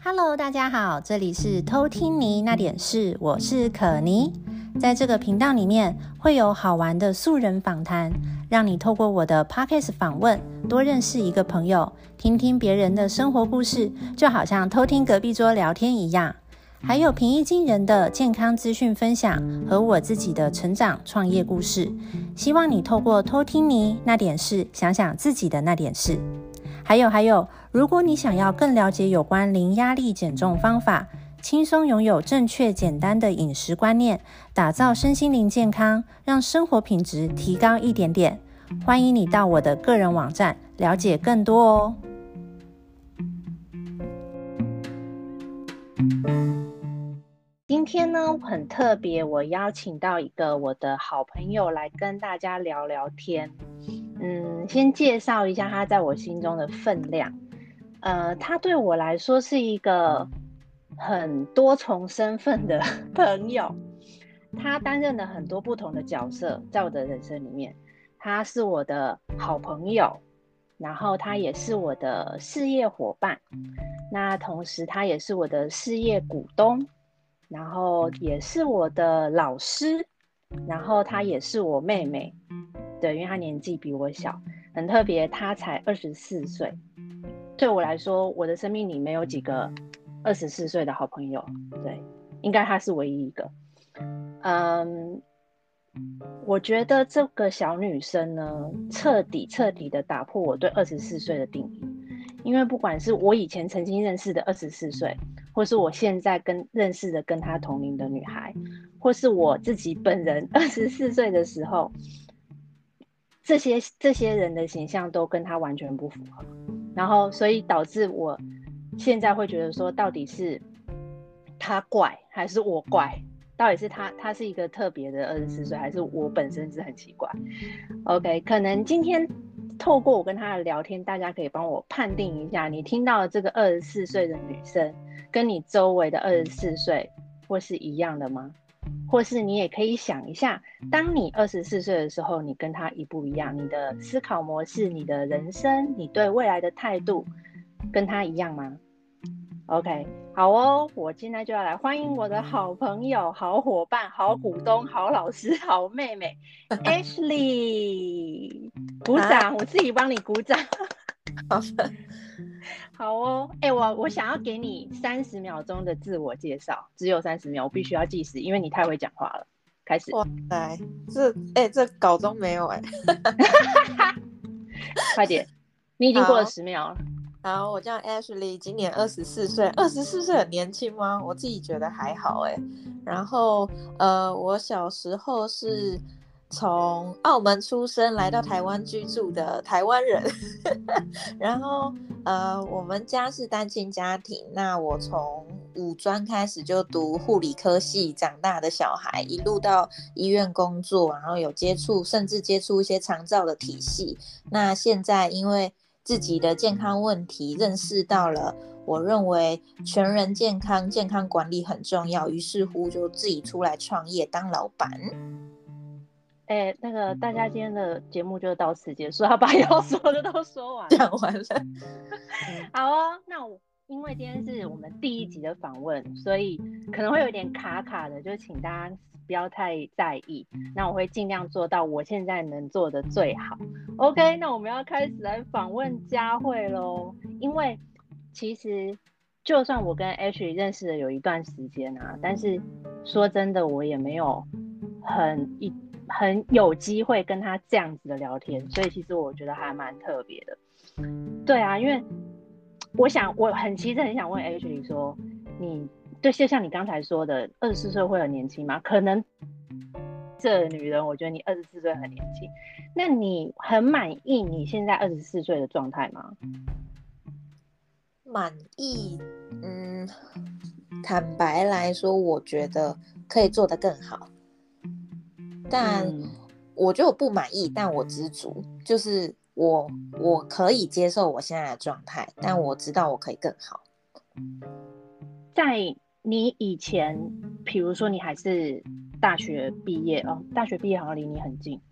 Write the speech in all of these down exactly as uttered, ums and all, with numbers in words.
Hello， 大家好，这里是偷听妮那点事，我是可妮。在这个频道里面会有好玩的素人访谈，让你透过我的 Podcast 访问多认识一个朋友，听听别人的生活故事，就好像偷听隔壁桌聊天一样。还有平易近人的健康资讯分享和我自己的成长创业故事，希望你透过偷听妮那点事，想想自己的那点事。还有还有，如果你想要更了解有关零压力减重方法，轻松拥有正确简单的饮食观念，打造身心灵健康，让生活品质提高一点点，欢迎你到我的个人网站了解更多哦。今天呢很特别，我邀请到一个我的好朋友来跟大家聊聊天。嗯，先介绍一下他在我心中的分量。呃，他对我来说是一个很多重身份的朋友，他担任了很多不同的角色在我的人生里面。他是我的好朋友，然后他也是我的事业伙伴，那同时他也是我的事业股东，然后也是我的老师，然后他也是我妹妹。对，因为他年纪比我小，很特别，他才二十四岁。对我来说，我的生命里没有几个二十四岁的好朋友，对，应该他是唯一一个。嗯，我觉得这个小女生呢，彻底彻底的打破我对二十四岁的定义。因为不管是我以前曾经认识的二十四岁，或是我现在跟认识的跟她同龄的女孩，或是我自己本人二十四岁的时候，这些这些人的形象都跟他完全不符合，然后所以导致我现在会觉得说，到底是他怪还是我怪？到底是他他是一个特别的二十四岁，还是我本身是很奇怪 ？OK， 可能今天透过我跟他的聊天，大家可以帮我判定一下，你听到的这个二十四岁的女生，跟你周围的二十四岁会是一样的吗？或是你也可以想一下，当你二十四岁的时候，你跟他一不一样？你的思考模式、你的人生、你对未来的态度，跟他一样吗 ？OK， 好哦，我现在就要来欢迎我的好朋友、好伙伴、好股东、好老师、好妹妹 Ashley， 鼓掌，我自己帮你鼓掌。 好的。 好哦，哎、欸，我我想要给你三十秒钟的自我介绍，只有三十秒，我必须要计时，因为你太会讲话了。开始。 哇塞，这哎、欸，这稿中没有哎、 欸。快点，你已经过了十秒了。 好，我叫 Ashley， 今年二十四岁，二十四岁很年轻吗？我自己觉得还好哎、欸。然后呃，我小时候是从澳门出生来到台湾居住的台湾人，然后呃，我们家是单亲家庭，那我从五专开始就读护理科系长大的小孩，一路到医院工作，然后有接触，甚至接触一些长照的体系。那现在因为自己的健康问题，认识到了我认为全人健康、健康管理很重要，于是乎就自己出来创业当老板。 哎、欸，那个大家今天的节目就到此结束，要把要说的都说完， 讲完了。 好哦，那我因为今天是我们第一集的访问，所以可能会有点卡卡的，就请大家不要太在意。那我会尽量做到我现在能做的最好。OK， 那我们要开始来访问佳慧咯。因为其实就算我跟 H 认识了有一段时间啊，但是说真的，我也没有很一。很有机会跟他这样子的聊天，所以其实我觉得还蛮特别的。对啊，因为我想我很其实很想问 H 说，你对就像你刚才说的，二十四岁会很年轻吗？可能这女人，我觉得你二十四岁很年轻，那你很满意你现在二十四岁的状态吗？ 满意，嗯，坦白来说，我觉得可以做得更好。但我觉得我不满意，但我知足，就是我我可以接受我现在的状态，但我知道我可以更好。 在你以前，比如说你还是大学毕业哦，大学毕业好像离你很近，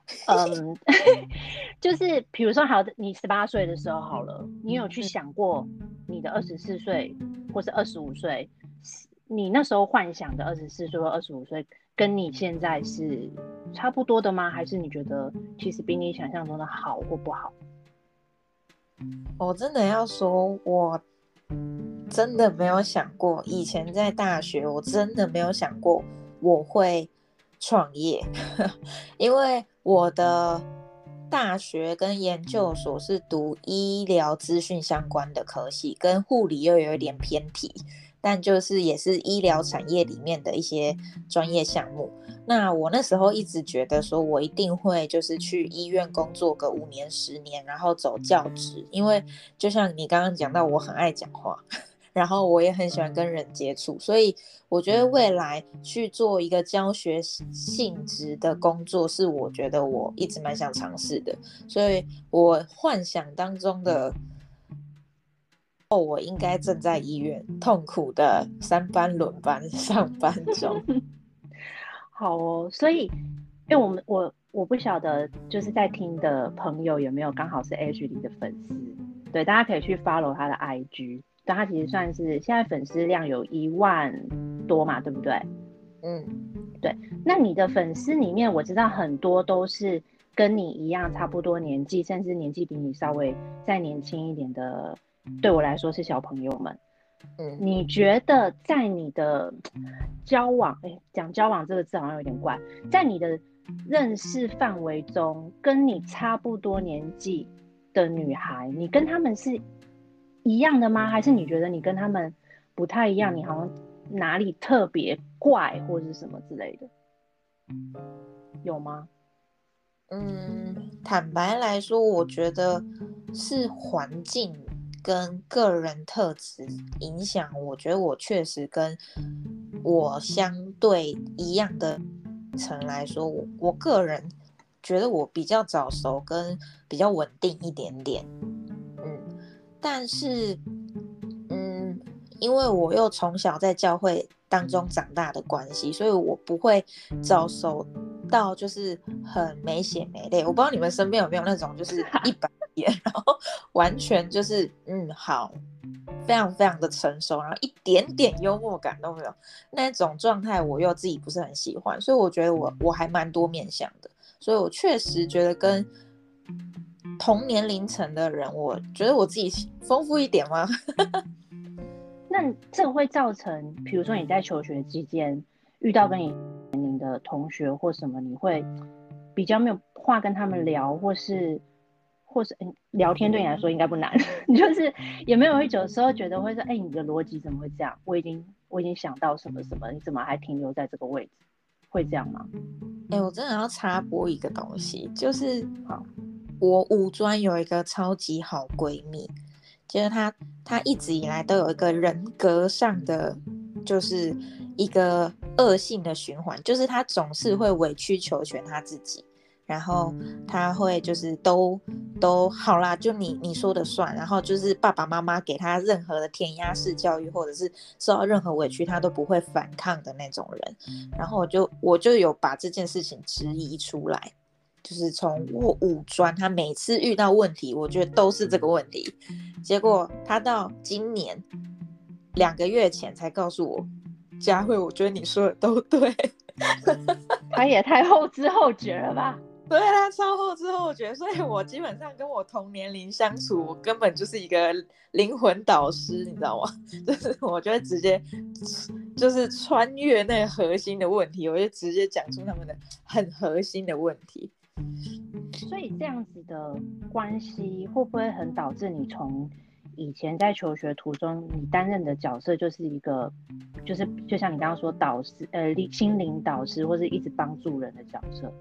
嗯，就是比如说，好的，你十八岁的时候好了，你有去想过你的二十四岁或是二十五岁，你那时候幻想的二十四岁或二十五岁，跟你现在是差不多的吗？还是你觉得其实比你想象中的好或不好？ 我真的要说，我真的没有想过，以前在大学，我真的没有想过我会创业，因为我的大学跟研究所是读医疗资讯相关的科系，跟护理又有一点偏题，但就是也是医疗产业里面的一些专业项目。那我那时候一直觉得说，我一定会就是去医院工作个五年十年，然后走教职，因为就像你刚刚讲到，我很爱讲话。然后我也很喜欢跟人接触，所以我觉得未来去做一个教学性质的工作是我觉得我一直蛮想尝试的，所以我幻想当中的哦，我应该正在医院痛苦的三班轮班上班中。 好哦，所以因为我们我我不晓得就是在听的朋友有没有刚好是 Ashley 的粉丝，对，大家可以去 follow 他的 I G， 但他其实算是现在粉丝量有一万多嘛，对不对？ 嗯， 对。那你的粉丝里面，我知道很多都是跟你一样差不多年纪，甚至年纪比你稍微再年轻一点的，对我来说是小朋友们。嗯，你觉得在你的交往，哎，讲交往这个字好像有点怪，在你的认识范围中，跟你差不多年纪的女孩，你跟她们是一样的吗？还是你觉得你跟她们不太一样？你好像哪里特别怪，或者是什么之类的，有吗？ 嗯，坦白来说，我觉得是环境跟个人特质影响。我觉得我确实跟我相对一样的层来说，我我个人觉得我比较早熟跟比较稳定一点点。嗯，但是嗯，因为我又从小在教会当中长大的关系，所以我不会早熟到就是很没血没泪。我不知道你们身边有没有那种就是一百点，然后完全就是嗯好，非常非常的成熟，然后一点点幽默感都没有那种状态，我又自己不是很喜欢，所以我觉得我我还蛮多面向的，所以我确实觉得跟同年龄层的人，我觉得我自己丰富一点吗？ 那这个会造成，比如说你在求学期间遇到跟你年龄的同学或什么，你会比较没有话跟他们聊，或是或是、嗯、聊天对你来说应该不难，就是有没有有时候觉得会说，哎、欸，你的逻辑怎么会这样？我已经我已经想到什么什么，你怎么还停留在这个位置？会这样吗？ 哎、欸，我真的要插播一个东西，就是好， 我五专有一个超级好闺蜜，就是她，她一直以来都有一个人格上的，就是一个恶性的循环，就是她总是会委曲求全她自己，然后她会就是都都好啦，就你你说的算，然后就是爸爸妈妈给她任何的填鸭式教育，或者是受到任何委屈，她都不会反抗的那种人。然后我就我就有把这件事情质疑出来。就是从我五专，他每次遇到问题，我觉得都是这个问题。结果他到今年两个月前才告诉我，佳慧，我觉得你说的都对。 他也太后知后觉了吧？ 对，他超后知后觉，所以我基本上跟我同年龄相处，我根本就是一个灵魂导师，你知道吗？就是我就会直接就是穿越那个核心的问题，我就直接讲出他们的很核心的问题。 所以这样子的关系会不会很导致你从以前在求学途中，你担任的角色就是一个，就是就像你刚刚说导师，呃，心灵导师，或是一直帮助人的角色？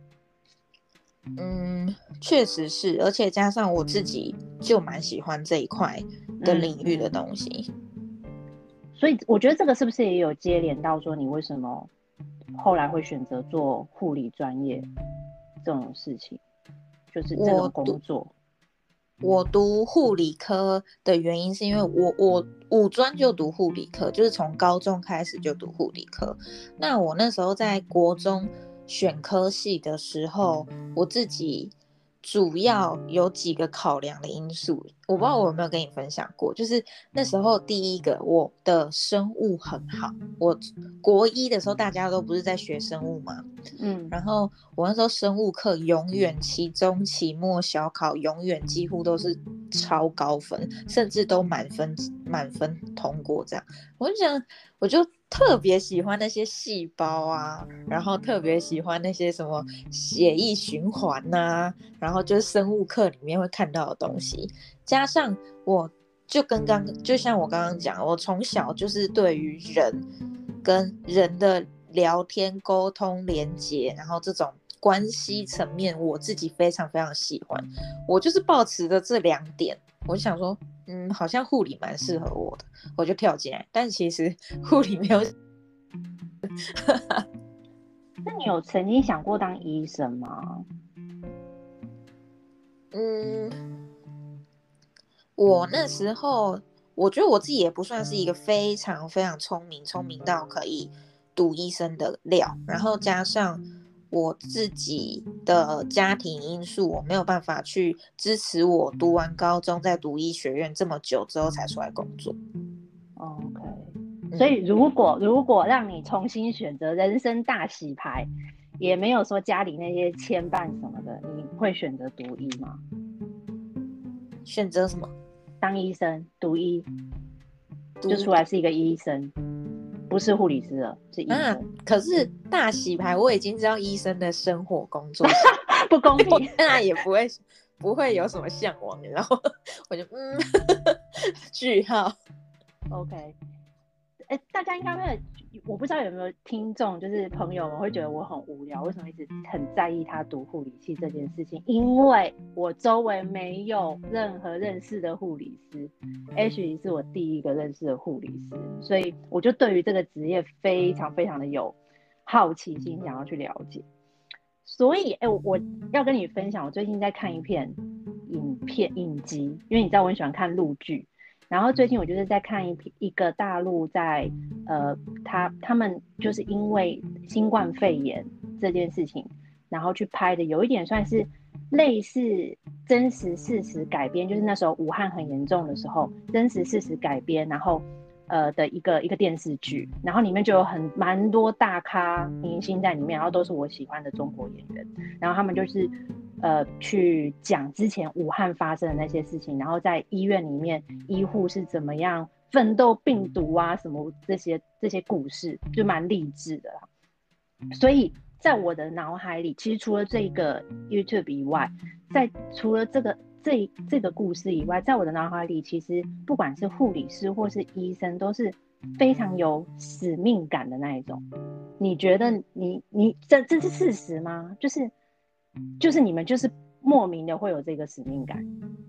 嗯，确实是，而且加上我自己就蛮喜欢这一块的领域的东西。 嗯嗯、所以我觉得这个是不是也有接连到说你为什么后来会选择做护理专业这种事情，就是这种工作。 我读护理科的原因是因为我我五专就读护理科，就是从高中开始就读护理科。那我那时候在国中选科系的时候，我自己主要有几个考量的因素，我不知道我有没有跟你分享过。就是那时候第一个，我的生物很好，我国一的时候大家都不是在学生物吗？嗯，然后我那时候生物课永远期中、期末、小考永远几乎都是超高分，甚至都满分满分通过这样。我就想，我就特别喜欢那些细胞啊，然后特别喜欢那些什么血液循环啊，然后就是生物课里面会看到的东西，加上我就跟刚就像我刚刚讲，我从小就是对于人跟人的聊天、沟通、连接，然后这种关系层面，我自己非常非常喜欢。我就是抱持着这两点，我就想说，嗯，好像护理蛮适合我的，我就跳进来。但其实护理没有。 那你有曾经想过当医生吗？ 嗯，我那时候我觉得我自己也不算是一个非常非常聪明，聪明到可以读医生的料，然后加上我自己的家庭因素，我没有办法去支持我读完高中再读医学院这么久之后才出来工作。 OK， 所以如果如果让你重新选择人生大洗牌，也没有说家里那些牵绊什么的，你会选择读医吗？ 选择什么？ 当医生，读医，就出来是一个医生，不是护理师了，是医生。啊， 可是大洗牌，我已经知道医生的生活工作不公平， 现在也不会不会有什么向往，然后我就嗯，句号。 OK。欸、大家应该会，我不知道有没有听众，就是朋友们会觉得我很无聊，为什么一直很在意他读护理系这件事情？因为我周围没有任何认识的护理师 ，Ashley 是我第一个认识的护理师，所以我就对于这个职业非常非常的有好奇心，想要去了解。所以，哎、欸，我要跟你分享，我最近在看一片影片影集，因为你知道我很喜欢看陆剧。然后最近我就是在看一一个大陆在呃他他们就是因为新冠肺炎这件事情，然后去拍的，有一点算是类似真实事实改编，就是那时候武汉很严重的时候，真实事实改编，然后呃的一个一个电视剧，然后里面就有很蛮多大咖明星在里面，然后都是我喜欢的中国演员，然后他们就是呃去讲之前武汉发生的那些事情，然后在医院里面医护是怎么样奋斗病毒啊什么这些这些故事，就蛮励志的啦。所以在我的脑海里，其实除了这个 YouTube 以外，在除了这个这这个故事以外，在我的脑海里，其实不管是护理师或是医生，都是非常有使命感的那一种。你觉得你你这这是事实吗？就是就是你们就是莫名的会有这个使命感？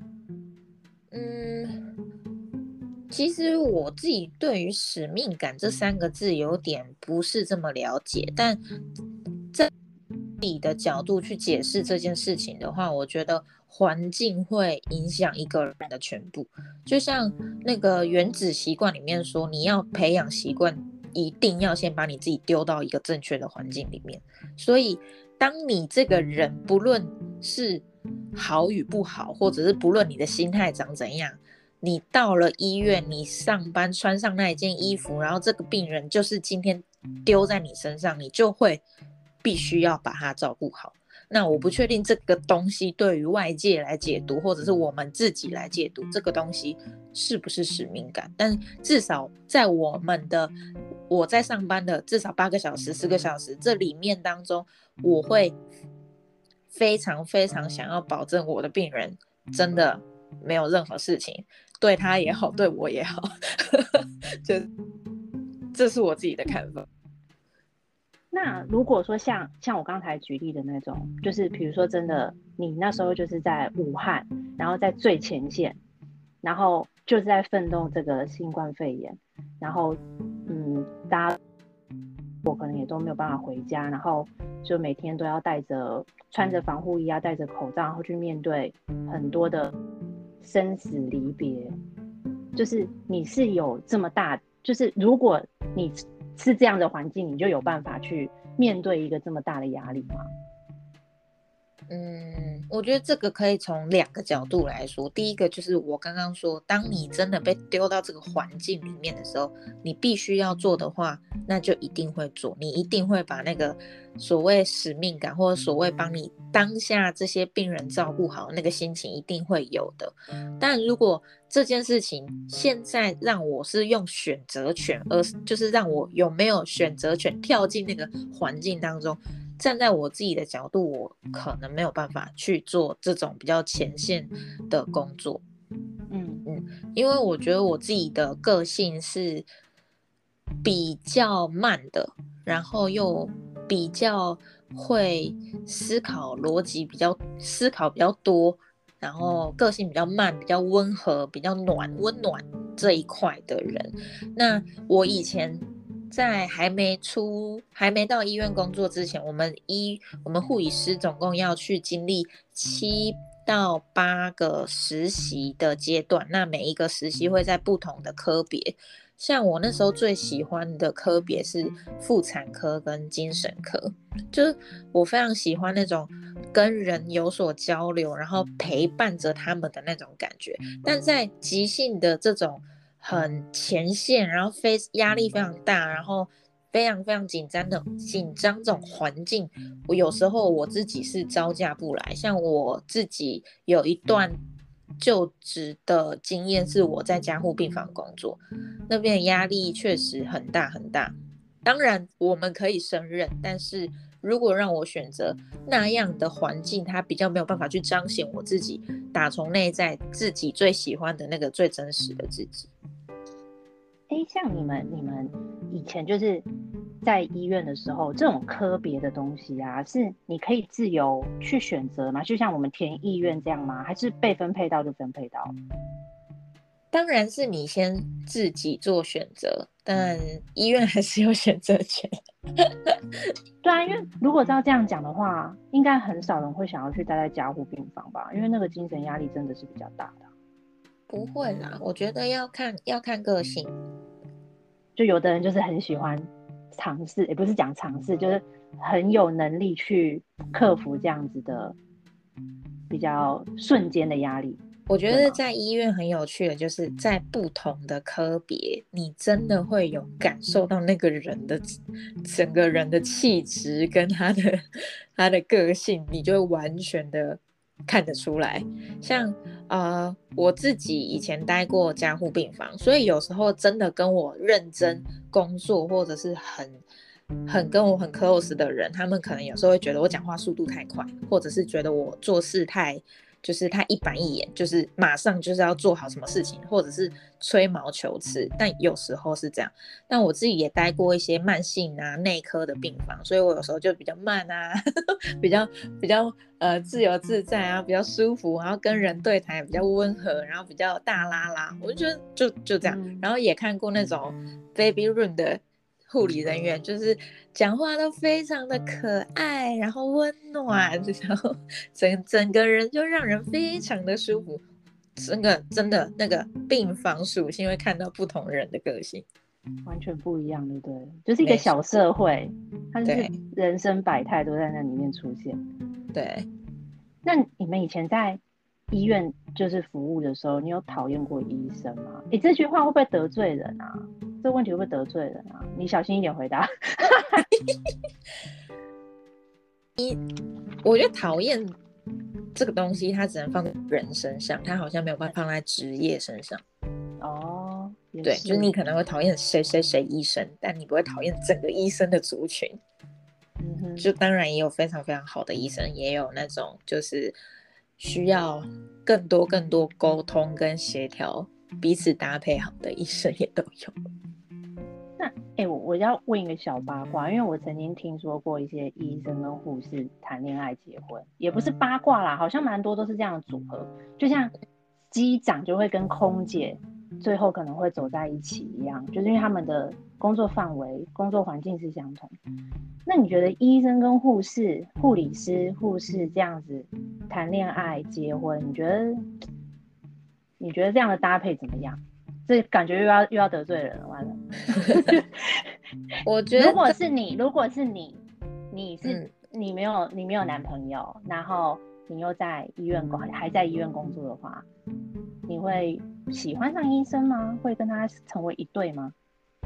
嗯，其实我自己对于使命感这三个字有点不是这么了解，但在你的角度去解释这件事情的话，我觉得环境会影响一个人的全部。就像那个原子习惯里面说，你要培养习惯，一定要先把你自己丢到一个正确的环境里面。所以当你这个人不论是好与不好，或者是不论你的心态长怎样，你到了医院，你上班穿上那一件衣服，然后这个病人就是今天丢在你身上，你就会必须要把他照顾好。那我不确定这个东西对于外界来解读，或者是我们自己来解读这个东西是不是使命感，但至少在我们的我在上班的至少八个小时十个小时这里面当中，我会非常非常想要保证我的病人真的没有任何事情，对他也好对我也好就这是我自己的看法。 那如果说像像我刚才举例的那种，就是比如说真的你那时候就是在武汉，然后在最前线，然后就是在奋斗这个新冠肺炎，然后嗯大家我可能也都没有办法回家，然后就每天都要带着穿着防护衣啊，戴着口罩，然后去面对很多的生死离别。就是你是有这么大，就是如果你是这样的环境，你就有办法去面对一个这么大的压力吗？ 嗯，我觉得这个可以从两个角度来说。第一个就是我刚刚说，当你真的被丢到这个环境里面的时候，你必须要做的话，那就一定会做，你一定会把那个所谓使命感，或者所谓帮你当下这些病人照顾好那个心情一定会有的。但如果这件事情现在让我是用选择权，而就是让我有没有选择权跳进那个环境当中，站在我自己的角度，我可能没有办法去做这种比较前线的工作。嗯嗯，因为我觉得我自己的个性是比较慢的，然后又比较会思考逻辑，比较思考比较多，然后个性比较慢，比较温和，比较暖温暖这一块的人。那我以前在还没出还没到医院工作之前，我们医我们护理师总共要去经历七到八个实习的阶段，那每一个实习会在不同的科别。像我那时候最喜欢的科别是妇产科跟精神科，就是我非常喜欢那种跟人有所交流，然后陪伴着他们的那种感觉。但在急性的这种很前线，然后非压力非常大，然后非常非常紧张的紧张这种环境，我有时候我自己是招架不来。像我自己有一段就职的经验是我在加护病房工作，那边的压力确实很大很大。当然我们可以胜任，但是如果让我选择那样的环境，它比较没有办法去彰显我自己打从内在自己最喜欢的那个最真实的自己。 哎，像你们你们以前就是在医院的时候，这种科别的东西啊，是你可以自由去选择吗？就像我们填意愿这样吗？还是被分配到就分配到？ 当然是你先自己做选择，但医院还是有选择权。 对啊，因为如果照这样讲的话，应该很少人会想要去待在加护病房吧？因为那个精神压力真的是比较大的。 不会啦，我觉得要看要看个性。 就有的人就是很喜欢尝试，也不是讲尝试，就是很有能力去克服这样子的比较瞬间的压力。 我觉得在医院很有趣的就是在不同的科别，你真的会有感受到那个人的整个人的气质跟他的他的个性，你就会完全的看得出来。像呃我自己以前待过加护病房，所以有时候真的跟我认真工作或者是很很跟我很 close 的人，他们可能有时候会觉得我讲话速度太快，或者是觉得我做事太就是他一板一眼，就是马上就是要做好什么事情，或者是吹毛求疵。但有时候是这样，但我自己也待过一些慢性啊内科的病房，所以我有时候就比较慢啊比较比较呃自由自在啊，比较舒服，然后跟人对谈也比较温和，然后比较大拉拉，我就觉得就就这样、嗯、然后也看过那种 baby room 的护理人员，就是讲话都非常的可爱，然后温暖，然后 整, 整个人就让人非常的舒服。真的真的那个病房属性会看到不同人的个性， 完全不一样，对不对？就是一个小社会，它就是人生百态都在那里面出现。 对， 那你们以前在医院就是服务的时候，你有讨厌过医生吗？你这句话会不会得罪人啊？这问题会不会得罪人啊？你小心一点回答。 我觉得讨厌这个东西，它只能放在人身上，它好像没有办法放在职业身上。 哦， 对，就是你可能会讨厌谁谁谁医生，但你不会讨厌整个医生的族群。嗯哼，就当然也有非常非常好的医生，也有那种就是需要更多更多沟通跟协调，彼此搭配好的医生也都有。 那哎、欸，我我要问一个小八卦，因为我曾经听说过一些医生跟护士谈恋爱结婚，也不是八卦啦，好像蛮多都是这样的组合，就像机长就会跟空姐最后可能会走在一起一样，就是因为他们的工作范围、工作环境是相同。那你觉得医生跟护士、护理师、护士这样子谈恋爱结婚，你觉得你觉得这样的搭配怎么样？这感觉又要又要得罪人了，完了。 我觉得如果是你，如果是你， 你是、嗯、你没有你没有男朋友，然后你又在医院工还在医院工作的话，你会喜欢上医生吗？会跟他成为一对吗？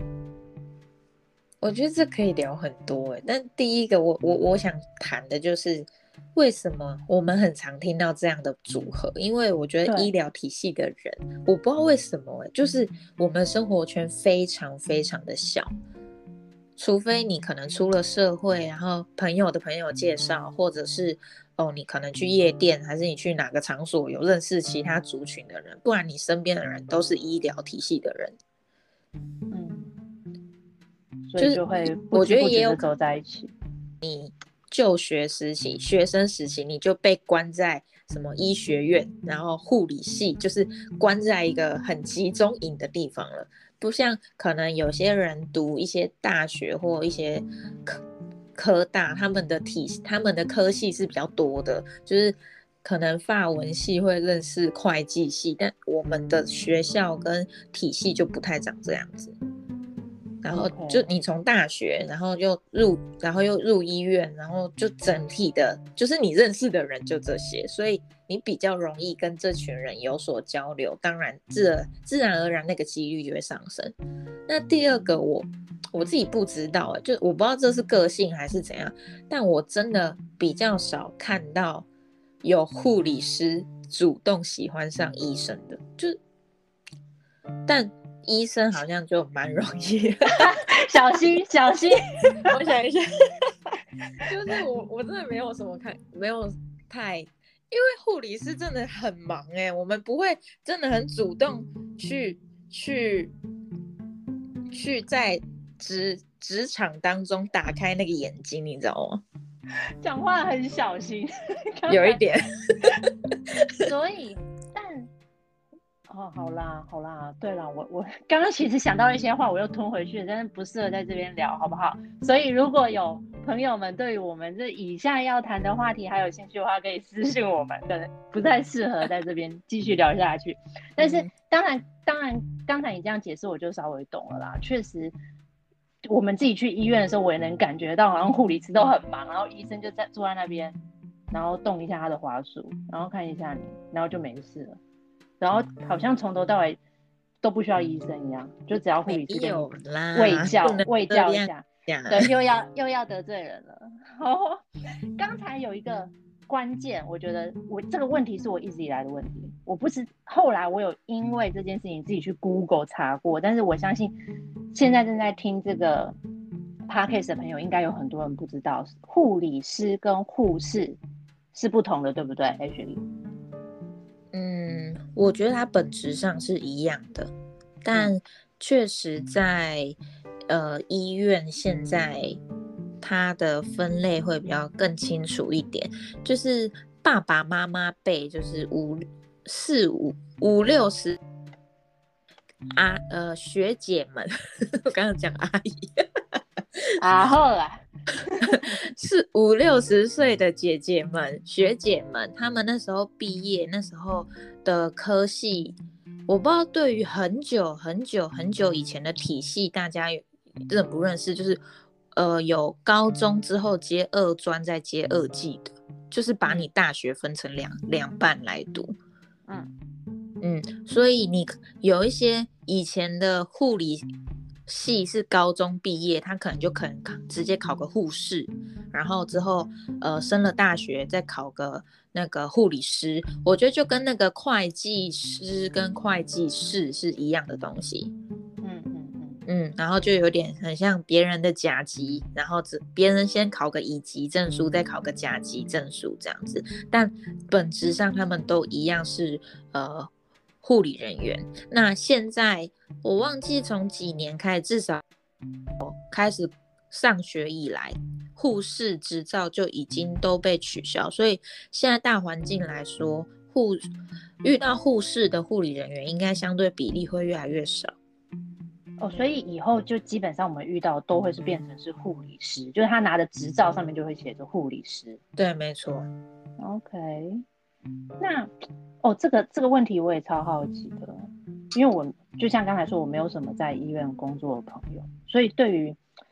我觉得这可以聊很多哎，但第一个我我我想谈的就是为什么我们很常听到这样的组合，因为我觉得医疗体系的人，我不知道为什么哎，就是我们生活圈非常非常的小，除非你可能出了社会，然后朋友的朋友介绍，或者是哦你可能去夜店，还是你去哪个场所有认识其他族群的人，不然你身边的人都是医疗体系的人。 嗯，所以就会不知不觉的走在一起。 你就学时期、学生时期，你就被关在什么医学院，然后护理系，就是关在一个很集中营的地方了。不像可能有些人读一些大学或一些科科大，他们的体他们的科系是比较多的，就是可能法文系会认识会计系，但我们的学校跟体系就不太长这样子。然后就你从大学，然后又入，然后又入医院，然后就整体的，就是你认识的人就这些，所以你比较容易跟这群人有所交流，当然自自然而然那个几率就会上升。那第二个我我自己不知道，就我不知道这是个性还是怎样，但我真的比较少看到有护理师主动喜欢上医生的，就但医生好像就蛮容易小心小心我想一下就是我我真的没有什么看，没有太，因为护理师真的很忙哎、欸，我们不会真的很主动去去去在职职场当中打开那个眼睛，你知道吗？ 讲话很小心有一点所以但哦，好啦，好啦，对啦，我我刚刚其实想到一些话，我又吞回去，但是不适合在这边聊，好不好？所以如果有朋友们对于我们这以下要谈的话题还有兴趣的话，可以私信我们，可能不太适合在这边继续聊下去。但是当然，当然，刚才你这样解释，我就稍微懂了啦。确实，我们自己去医院的时候，我也能感觉到，好像护理师都很忙，然后医生就在坐在那边，然后动一下他的滑鼠，然后看一下你，然后就没事了。然后好像从头到尾都不需要医生一样，就只要护理师给你喂教喂教一下，对，又要又要得罪人了。哦，刚才有一个关键，我觉得我这个问题是我一直以来的问题，我不是后来我有因为这件事情自己去 Google 查过，但是我相信现在正在听这个 Podcast 的朋友，应该有很多人不知道，护理师跟护士是不同的，对不对 ？Ashley？ 嗯，我觉得它本质上是一样的，但确实在呃医院现在它的分类会比较更清楚一点，就是爸爸妈妈辈，就是五四五五六十啊呃学姐们，我刚刚讲阿姨啊好啦。 是五六十岁的姐姐们、学姐们，他们那时候毕业，那时候的科系，我不知道对于很久很久很久以前的体系，大家认不认识？就是呃，有高中之后接二专再接二技的，就是把你大学分成两两半来读。嗯嗯，所以你有一些以前的护理系是高中毕业，他可能就可能直接考个护士，然后之后呃升了大学再考个那个护理师，我觉得就跟那个会计师跟会计士是一样的东西。嗯嗯嗯嗯，然后就有点很像别人的甲级，然后别人先考个乙级证书，再考个甲级证书这样子，但本质上他们都一样是呃护理人员。那现在我忘记从几年开始，至少开始上学以来，护士执照就已经都被取消，所以现在大环境来说，护遇到护士的护理人员应该相对比例会越来越少。 哦，所以以后就基本上我们遇到都会是变成是护理师，就是他拿的执照上面就会写着护理师。 对，没错。 OK， 那哦，这个这个问题我也超好奇的，因为我就像刚才说，我没有什么在医院工作的朋友，所以对于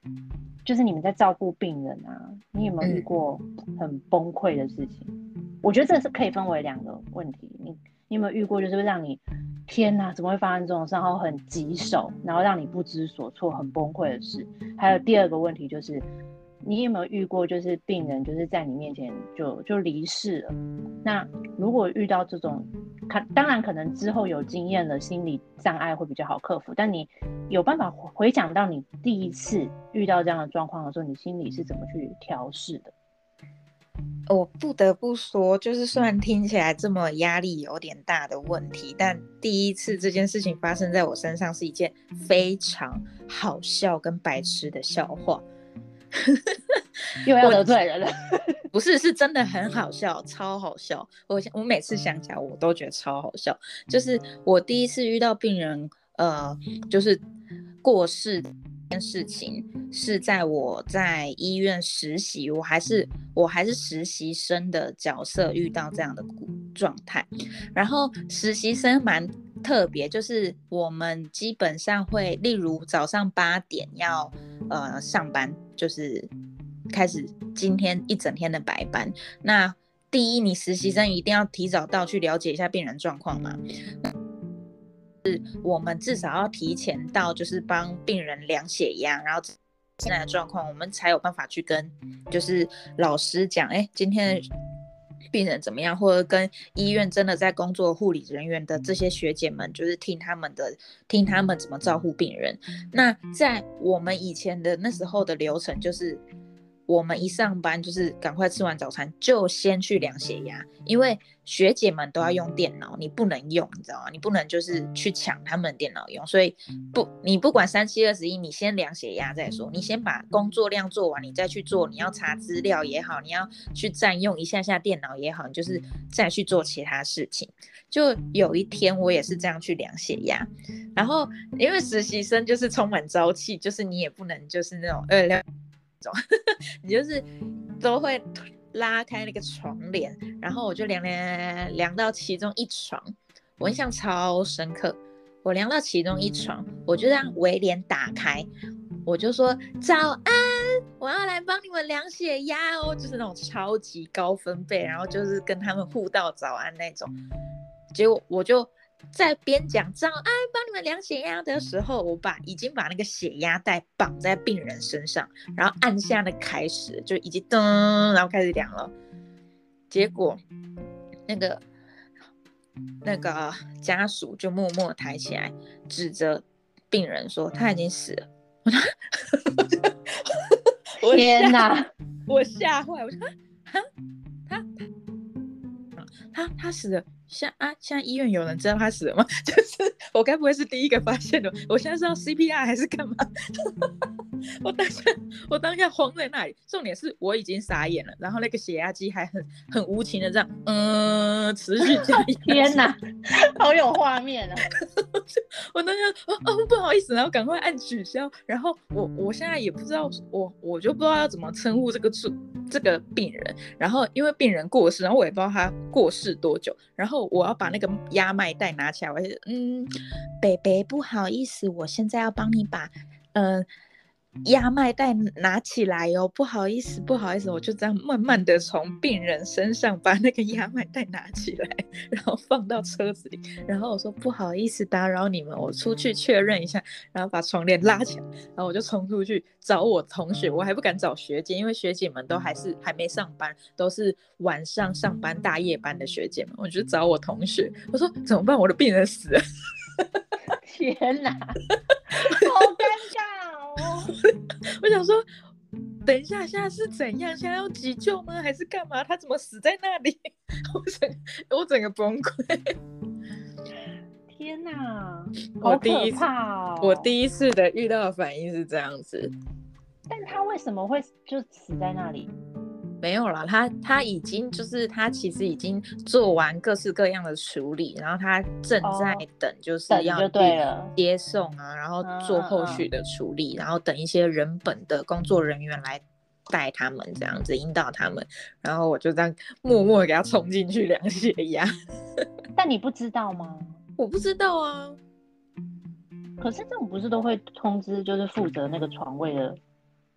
就是你们在照顾病人啊，你有没有遇过很崩溃的事情？嗯、我觉得这是可以分为两个问题。你你有没有遇过，就是让你天哪，怎么会发生这种事，然后很棘手，然后让你不知所措、很崩溃的事？还有第二个问题就是，你有没有遇过，就是病人就是在你面前就就离世了？那如果遇到这种，当然可能之后有经验了，心理障碍会比较好克服。但你有办法回想到你第一次遇到这样的状况的时候，你心里是怎么去调试的？ 我不得不说，就是虽然听起来这么压力有点大的问题，但第一次这件事情发生在我身上是一件非常好笑跟白痴的笑话。 又要得罪人了。 不是，是真的很好笑，超好笑。我我每次想起来我都觉得超好笑。就是我第一次遇到病人，呃，就是过世这件事情，是在我在医院实习，我还是我还是实习生的角色遇到这样的状态。然后实习生蛮特别，就是我们基本上会，例如早上八点要呃上班，就是开始今天一整天的白班。那第一，你实习生一定要提早到去了解一下病人状况嘛。我们至少要提前到，就是帮病人量血压，然后现在的状况，我们才有办法去跟就是老师讲，哎，今天的病人怎么样，或者跟医院真的在工作护理人员的这些学姐们，就是听他们的，听他们怎么照顾病人。那在我们以前的那时候的流程就是，我们一上班就是赶快吃完早餐就先去量血压，因为学姐们都要用电脑，你不能用，你知道吗？你不能就是去抢他们的电脑用，所以不，你不管三七二十一，你先量血压再说，你先把工作量做完，你再去做，你要查资料也好，你要去占用一下下电脑也好，你就是再去做其他事情。就有一天我也是这样去量血压，然后因为实习生就是充满朝气，就是你也不能就是那种呃量你就是都会拉开那个床帘，然后我就量量量到其中一床，我印象超深刻。我量到其中一床，我就让围帘打开，我就说早安，我要来帮你们量血压哦，就是那种超级高分贝，然后就是跟他们互道早安那种。结果我就在边讲早安帮你们量血压的时候，我把已经把那个血压带绑在病人身上，然后按下那开始，就已经噔，然后开始量了。结果那个那个家属就默默抬起来，指着病人说他已经死了。我天哪！ 我吓坏，我说他他他他死了。现在啊，现在医院有人知道他死了吗？就是我该不会是第一个发现的？我现在是要 C P R 还是干嘛？我当下我当下慌在那里。重点是我已经傻眼了，然后那个血压机还很很无情的这样，嗯，持续加压。 天哪，好有画面啊！ 我当下哦哦不好意思，然后赶快按取消。然后我我现在也不知道，我我就不知道要怎么称呼这个这个病人。然后因为病人过世，然后我也不知道他过世多久，然后我要把那个压脉带拿起来，我还是嗯，北北不好意思，我现在要帮你把呃压脉带拿起来哦，不好意思不好意思，我就这样慢慢的从病人身上把那个压脉带拿起来，然后放到车子里，然后我说不好意思打扰你们，我出去确认一下，然后把窗帘拉起来，然后我就冲出去找我同学，我还不敢找学姐，因为学姐们都还是还没上班，都是晚上上班大夜班的学姐们，我就找我同学，我说怎么办，我的病人死了。 天哪，好尴尬哦！ 我想说，等一下，现在是怎样？现在要急救吗？还是干嘛？他怎么死在那里？我整我整个崩溃。 天哪， 好可怕哦！ 我第一次的遇到的反应是这样子。 但他为什么会就死在那里？ 没有啦，他他已经就是他其实已经做完各式各样的处理，然后他正在等就是要接送啊，然后做后续的处理，然后等一些人本的工作人员来带他们这样子引导他们，然后我就这样默默给他冲进去量血压。 但你不知道吗？ 我不知道啊。 可是这种不是都会通知就是负责那个床位的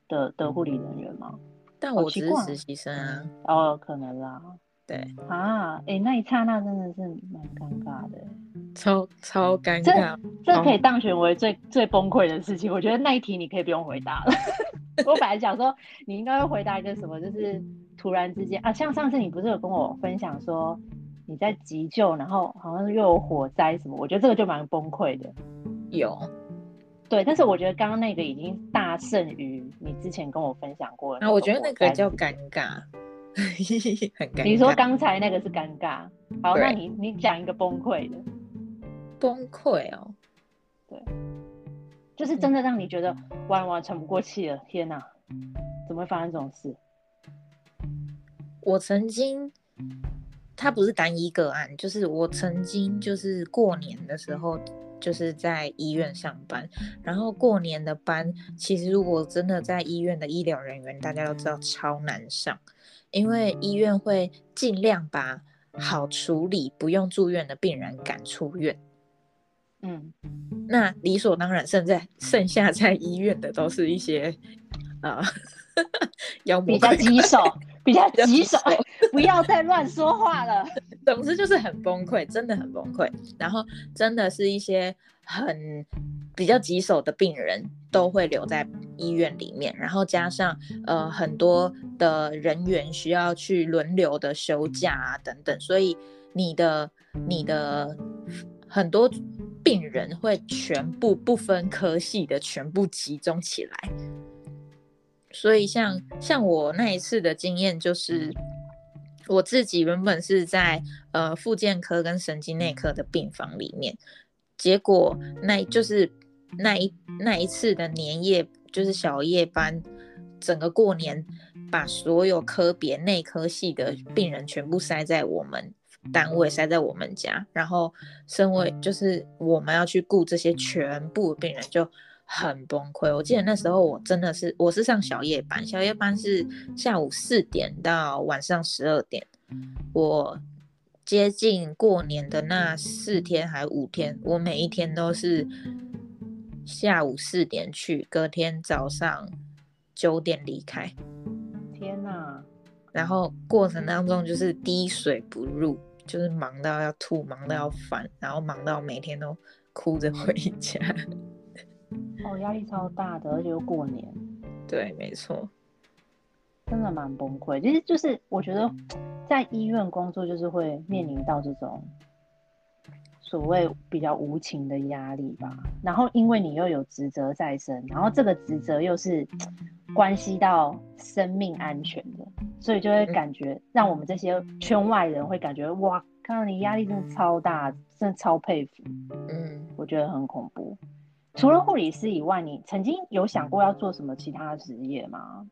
的的护理人员吗？ 但我只是实习生啊。 哦，可能啦。 对啊，哎、欸，那一刹那真的是蛮尴尬的， 超超尴尬。 这这可以当选为最最崩溃的事情。我觉得那一题你可以不用回答了。我本来想说你应该会回答一个什么，就是突然之间啊，像上次你不是有跟我分享说你在急救，然后好像又有火灾什么，我觉得这个就蛮崩溃的。 有。 对，但是我觉得刚刚那个已经大胜于你之前跟我分享过的那个。 啊，我觉得那个叫尴尬。很尴尬。 你说刚才那个是尴尬，好，那你你讲一个崩溃的。 崩溃哦。 对，就是真的让你觉得完完喘不过气了，天哪，怎么会发生这种事？ 我曾经，它不是单一个案，就是我曾经就是过年的时候，就是在医院上班，然后过年的班，其实如果真的在医院的医疗人员，大家都知道超难上，因为医院会尽量把好处理不用住院的病人赶出院。嗯，那理所当然，剩在剩下在医院的都是一些呃妖魔鬼怪， 比较棘手，比较棘手，不要再乱说话了。 总之就是很崩溃，真的很崩溃。然后真的是一些很比较棘手的病人都会留在医院里面，然后加上呃很多的人员需要去轮流的休假啊等等，所以你的你的很多病人会全部不分科系的全部集中起来。所以像像我那一次的经验就是我自己原本是在呃复健科跟神经内科的病房里面，结果那就是那一那一次的年夜就是小夜班，整个过年把所有科别内科系的病人全部塞在我们单位，塞在我们家，然后身为就是我们要去顾这些全部的病人就很崩溃。我记得那时候我真的是我是上小夜班，小夜班是下午四点到晚上十二点，我接近过年的那四天还五天，我每一天都是下午四点去，隔天早上九点离开。 天哪！ 然后过程当中就是滴水不入，就是忙到要吐，忙到要烦，然后忙到每天都哭着回家。 哦，压力超大的，而且又过年。 对，没错， 真的蛮崩溃。其实就是我觉得在医院工作就是会面临到这种所谓比较无情的压力吧，然后因为你又有职责在身，然后这个职责又是关系到生命安全的，所以就会感觉让我们这些圈外人会感觉哇，看到你压力真的超大，真的超佩服。嗯，我觉得很恐怖。除了护理师以外，你曾经有想过要做什么其他的职业吗？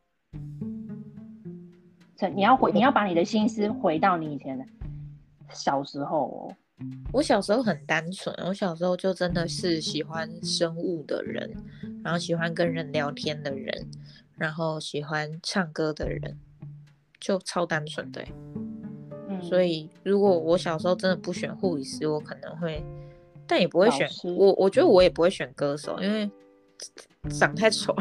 你要回，你要把你的心思回到你以前的小时候哦。 我小时候很单纯，我小时候就真的是喜欢生物的人，然后喜欢跟人聊天的人，然后喜欢唱歌的人，就超单纯的、欸嗯、所以如果我小时候真的不选护理师，我可能会，但也不会选我，我觉得我也不会选歌手，因为长太丑。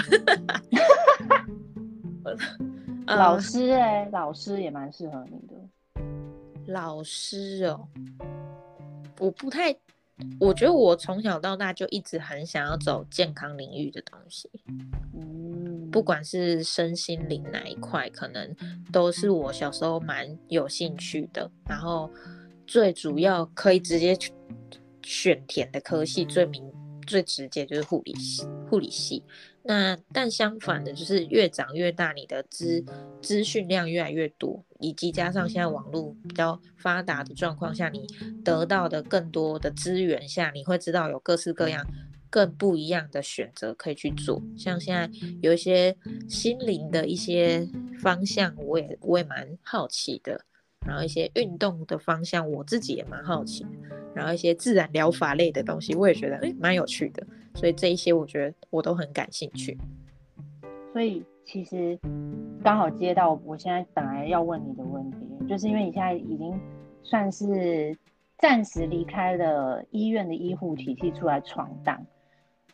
老师哎、欸，老师也蛮适合你的。 老师哦，我不太，我觉得我从小到大就一直很想要走健康领域的东西，嗯，不管是身心灵哪一块，可能都是我小时候蛮有兴趣的。然后最主要可以直接选填的科系，最明最直接就是护理系，护理系。那但相反的，就是越长越大，你的资资讯量越来越多，以及加上现在网络比较发达的状况下，你得到的更多的资源下，你会知道有各式各样更不一样的选择可以去做。像现在有一些心灵的一些方向，我也我也蛮好奇的。然后一些运动的方向，我自己也蛮好奇的。然后一些自然疗法类的东西，我也觉得哎蛮有趣的。所以这一些我觉得我都很感兴趣。 所以其实刚好接到我现在本来要问你的问题，就是因为你现在已经算是暂时离开了医院的医护体系出来闯荡。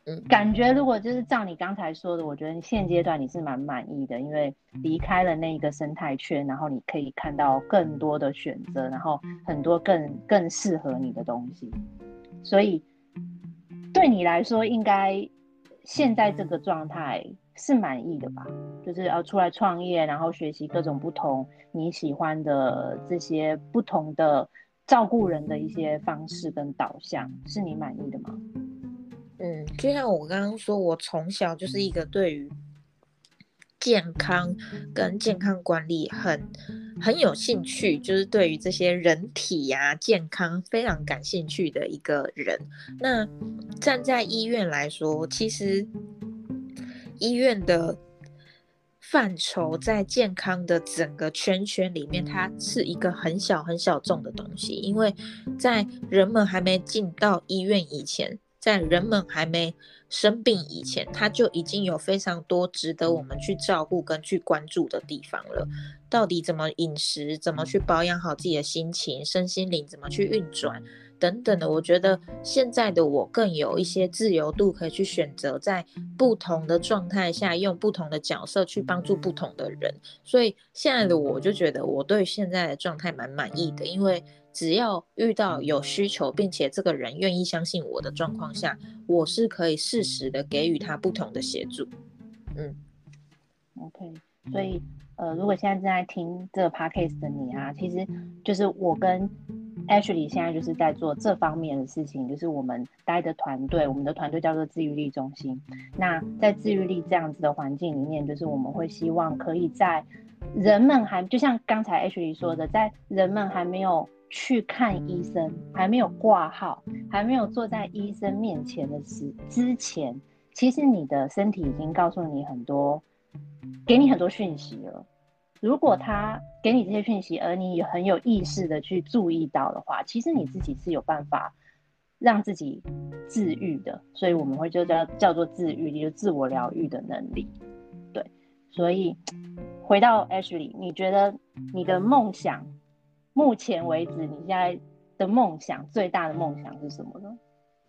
嗯， 感觉如果就是照你刚才说的，我觉得你现阶段你是蛮满意的，因为离开了那个生态圈，然后你可以看到更多的选择，然后很多更更适合你的东西，所以对你来说，应该现在这个状态是满意的吧？就是要出来创业，然后学习各种不同你喜欢的这些不同的照顾人的一些方式跟导向，是你满意的吗？ 嗯，就像我刚刚说，我从小就是一个对于健康跟健康管理很很有兴趣，就是对于这些人体呀、啊、健康非常感兴趣的一个人。那站在医院来说，其实医院的范畴在健康的整个圈圈里面，它是一个很小很小众的东西，因为在人们还没进到医院以前，在人们还没生病以前，它就已经有非常多值得我们去照顾跟去关注的地方了。到底怎么饮食，怎么去保养好自己的心情、身心灵，怎么去运转等等的，我觉得现在的我更有一些自由度，可以去选择在不同的状态下，用不同的角色去帮助不同的人。所以现在的我就觉得我对现在的状态蛮满意的，因为只要遇到有需求，并且这个人愿意相信我的状况下，我是可以适时的给予他不同的协助。嗯 OK，所以呃，如果现在正在听这个 podcast 的你啊，其实就是我跟 Ashley 现在就是在做这方面的事情，就是我们待的团队，我们的团队叫做自愈力中心。那在自愈力这样子的环境里面，就是我们会希望可以在人们还就像刚才 Ashley 说的，在人们还没有去看医生，还没有挂号，还没有坐在医生面前的时之前，其实你的身体已经告诉你很多。给你很多讯息了。如果他给你这些讯息，而你很有意识的去注意到的话，其实你自己是有办法让自己治愈的。所以我们会就叫叫做治愈力，就自我疗愈的能力。对，所以回到 Ashley， 你觉得你的梦想，目前为止你现在的梦想最大的梦想是什么呢？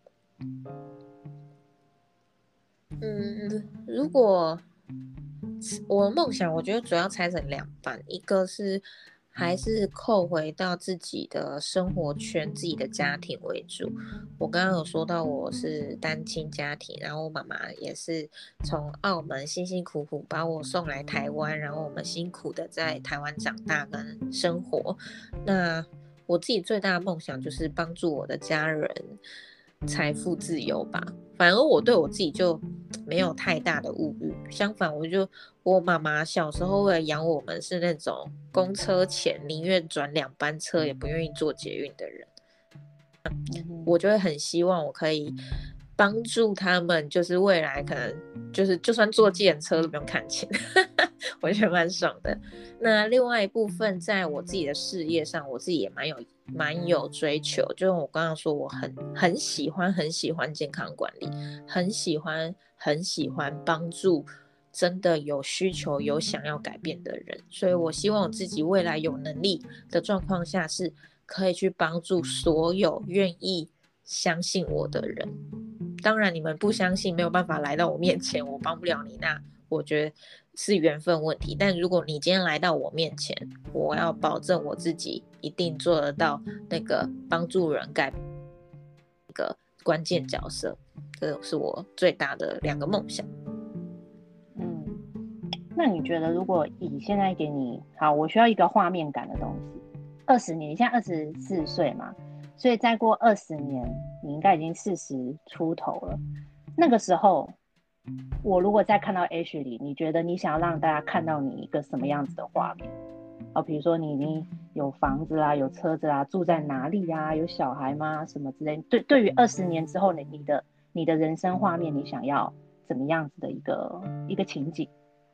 嗯，如果我的梦想，我觉得主要拆成两半，一个是还是扣回到自己的生活圈、自己的家庭为主。我刚刚有说到我是单亲家庭，然后我妈妈也是从澳门辛辛苦苦把我送来台湾，然后我们辛苦的在台湾长大跟生活。那我自己最大的梦想就是帮助我的家人财富自由吧。反而我对我自己就没有太大的物欲，相反，我就我妈妈小时候为了养我们是那种公车钱宁愿转两班车也不愿意坐捷运的人，我就会很希望我可以帮助他们，就是未来可能就是就算坐计程车都不用看钱，我觉得蛮爽的。那另外一部分在我自己的事业上，我自己也蛮有蛮有追求，就是我刚刚说我很很喜欢很喜欢健康管理，很喜欢很喜欢帮助真的有需求有想要改变的人，所以我希望我自己未来有能力的状况下是可以去帮助所有愿意相信我的人。当然你们不相信没有办法来到我面前，我帮不了你，那我觉得是缘分问题。但如果你今天来到我面前，我要保证我自己一定做得到那个帮助人改一个关键角色，这是我最大的两个梦想。 嗯，那你觉得如果以现在给你，好，我需要一个画面感的东西，二十年，你现在二十四岁嘛，所以再过二十年，你应该已经四十出头了。那个时候，我如果再看到 H 里，你觉得你想要让大家看到你一个什么样子的画面？啊，比如说你已经有房子啦，有车子啦，住在哪里啊？有小孩吗？什么之类？对，对于二十年之后，你你的你的人生画面，你想要怎么样子的一个一个情景？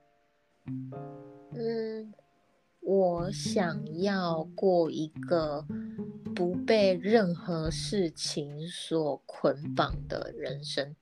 嗯，我想要过一个不被任何事情所捆绑的人生。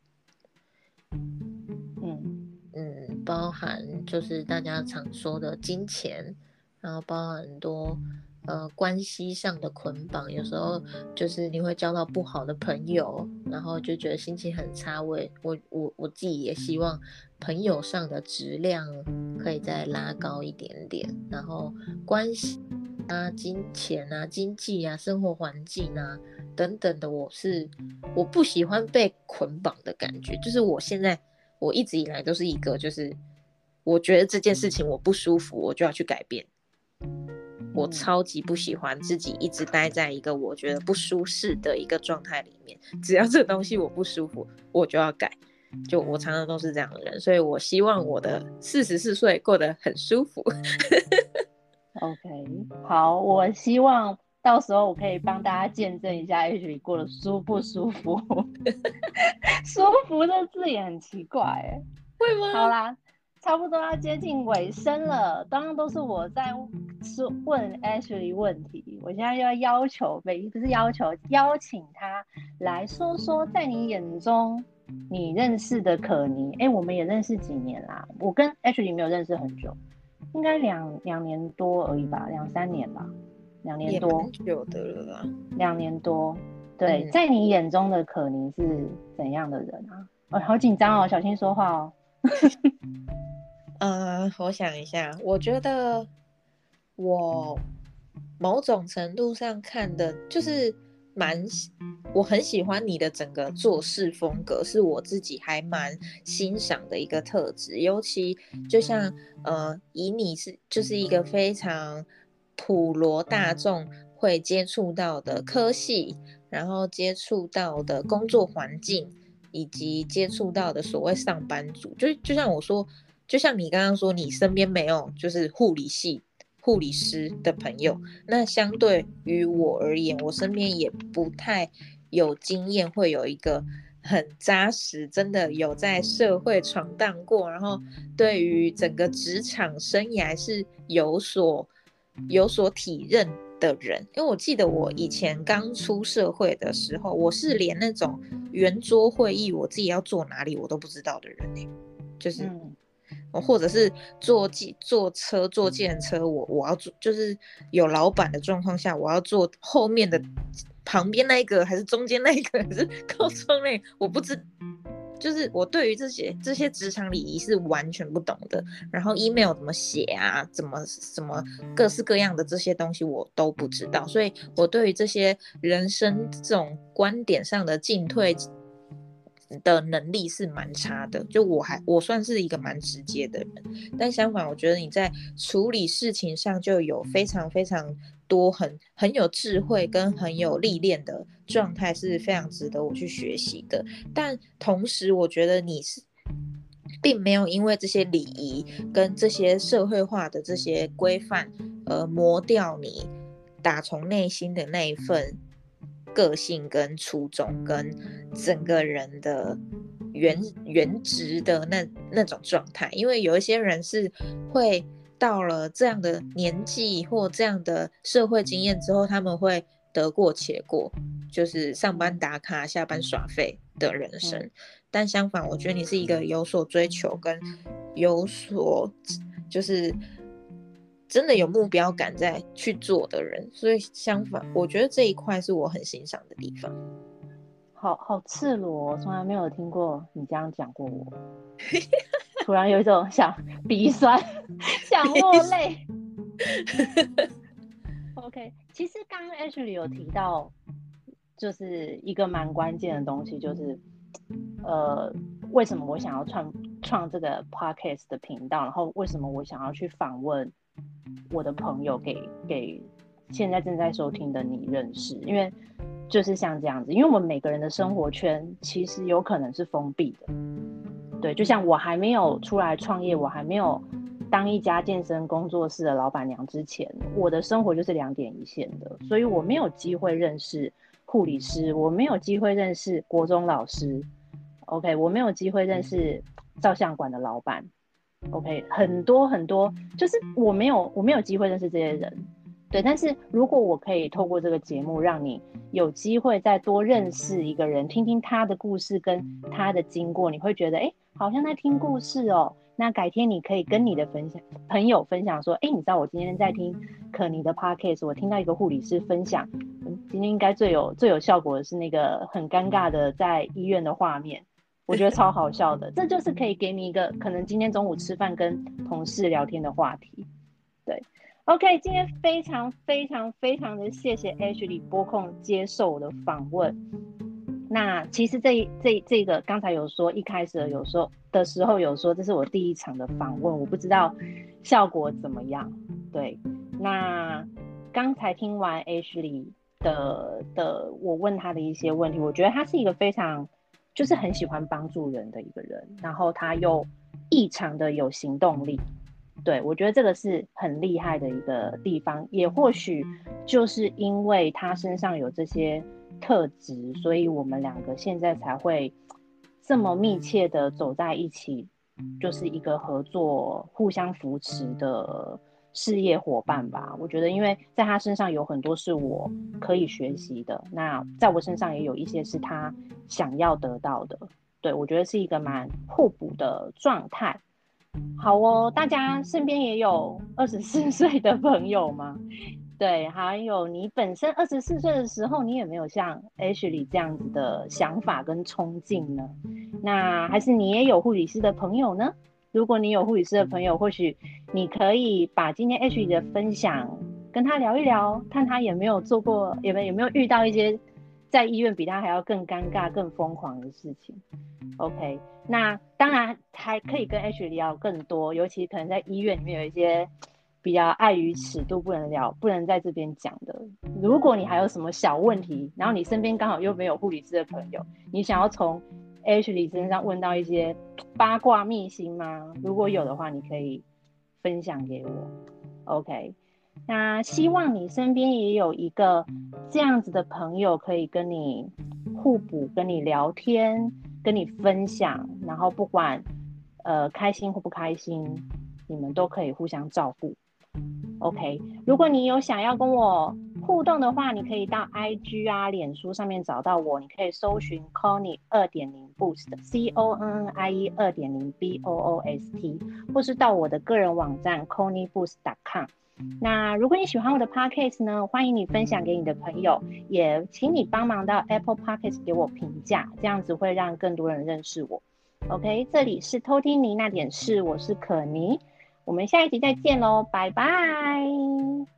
嗯嗯，包含就是大家常说的金钱，然后包含很多呃关系上的捆绑，有时候就是你会交到不好的朋友，然后就觉得心情很差。我我我我自己也希望朋友上的质量可以再拉高一点点，然后关系啊、金钱啊、经济啊、生活环境啊等等的，我是我不喜欢被捆绑的感觉。就是我现在我一直以来都是一个，就是我觉得这件事情我不舒服，我就要去改变。我超级不喜欢自己一直待在一个我觉得不舒适的一个状态里面，只要这个东西我不舒服，我就要改。就我常常都是这样的人，所以我希望我的四十四岁过得很舒服。 OK， 好，我希望到时候我可以帮大家见证一下 H 过得舒不舒服。舒服的字也很奇怪哎。 会吗？ 好啦，差不多要接近尾声了。刚刚都是我在问 Ashley 问题，我现在又要要求，不是要求，邀请他来说说，在你眼中你认识的可妮。哎，我们也认识几年啦？我跟 Ashley 没有认识很久，应该两两年多而已吧，两三年吧，两年多， 也蛮久的了啦。 两年多。对， 嗯、 在你眼中的可妮是怎样的人啊？哦，好紧张哦，小心说话哦。 呃，我想一下，我觉得我某种程度上看的就是蛮，我很喜欢你的整个做事风格，是我自己还蛮欣赏的一个特质。尤其就像呃，以你是就是一个非常普罗大众会接触到的科系，然后接触到的工作环境，以及接触到的所谓上班族，就就像我说。就像你刚刚说，你身边没有就是护理系、护理师的朋友，那相对于我而言，我身边也不太有经验，会有一个很扎实，真的有在社会闯荡过，然后对于整个职场生涯是有所有所体认的人。因为我记得我以前刚出社会的时候，我是连那种圆桌会议我自己要坐哪里我都不知道的人欸，就是。 嗯或者是坐坐车坐计程车，我我要坐，就是有老板的状况下，我要坐后面的旁边那一个，还是中间那一个，还是靠窗那个，我不知，就是我对于这些这些职场礼仪是完全不懂的。然后 email 怎么写啊，怎么什么各式各样的这些东西我都不知道，所以我对于这些人生这种观点上的进退的能力是蛮差的，就我还我算是一个蛮直接的人，但相反，我觉得你在处理事情上就有非常非常多很很有智慧跟很有历练的状态，是非常值得我去学习的。但同时，我觉得你是并没有因为这些礼仪跟这些社会化的这些规范，而磨掉你打从内心的那一份个性跟初衷跟整个人的原原值的那那种状态。因为有一些人是会到了这样的年纪或这样的社会经验之后，他们会得过且过，就是上班打卡下班耍废的人生。嗯，但相反，我觉得你是一个有所追求跟有所就是真的有目标感在去做的人，所以相反，我觉得这一块是我很欣赏的地方。 好好赤裸哦，从来没有听过你这样讲过我。突然有一种想鼻酸想落泪。OK， 其实刚刚 Ashley 有提到就是一个蛮关键的东西，就是呃为什么我想要创创这个 podcast 的频道，然后为什么我想要去访问我的朋友给给现在正在收听的你认识。因为就是像这样子，因为我们每个人的生活圈其实有可能是封闭的。对，就像我还没有出来创业，我还没有当一家健身工作室的老板娘之前，我的生活就是两点一线的，所以我没有机会认识护理师，我没有机会认识国中老师 ，OK， 我没有机会认识照相馆的老板 ，OK， 很多很多，就是我没有我没有机会认识这些人。对，但是如果我可以透过这个节目让你有机会再多认识一个人，听听他的故事跟他的经过，你会觉得哎，好像在听故事哦， 那改天你可以跟你的分享朋友分享说，哎，你知道我今天在听可妮的 podcast， 我听到一个护理师分享，今天应该最有最有效果的是那个很尴尬的在医院的画面，我觉得超好笑的。这就是可以给你一个可能今天中午吃饭跟同事聊天的话题。对 ，OK， 今天非常非常非常的谢谢 Ashley 拨空接受我的访问。那其实这这这个刚才有说一开始有说的时候有说这是我第一场的访问，我不知道效果怎么样。对，那刚才听完 Ashley 的的我问他的一些问题，我觉得他是一个非常就是很喜欢帮助人的一个人，然后他又异常的有行动力。对，我觉得这个是很厉害的一个地方，也或许就是因为他身上有这些特质，所以我们两个现在才会这么密切的走在一起，就是一个合作、互相扶持的事业伙伴吧。我觉得，因为在他身上有很多是我可以学习的，那在我身上也有一些是他想要得到的。对，我觉得是一个蛮互补的状态。好哦，大家身边也有二十四岁的朋友吗？对，还有你本身二十四岁的时候，你有没有像 Ashley 这样子的想法跟冲劲呢？那还是你也有护理师的朋友呢？如果你有护理师的朋友，或许你可以把今天 Ashley 的分享跟他聊一聊，看他有没有做过，有没有有没有遇到一些在医院比他还要更尴尬、更疯狂的事情。OK， 那当然还可以跟 Ashley 聊更多，尤其可能在医院里面有一些比较碍于尺度不能聊、不能在这边讲的。如果你还有什么小问题，然后你身边刚好又没有护理师的朋友，你想要从 Ashley 身上问到一些八卦秘辛吗？如果有的话，你可以分享给我。OK， 那希望你身边也有一个这样子的朋友，可以跟你互补、跟你聊天。跟你分享，然后不管呃开心或不开心，你们都可以互相照顾。OK， 如果你有想要跟我互动的话，你可以到 I G 啊、脸书上面找到我，你可以搜寻 Connie 二点零 Boost C O N N I E 二点零 B O O S T， 或是到我的个人网站 connie boost dot com。那如果你喜欢我的 podcast 呢，欢迎你分享给你的朋友，也请你帮忙到 Apple Podcast 给我评价，这样子会让更多人认识我。OK， 这里是偷听妮那点事，我是可妮，我们下一集再见咯，拜拜。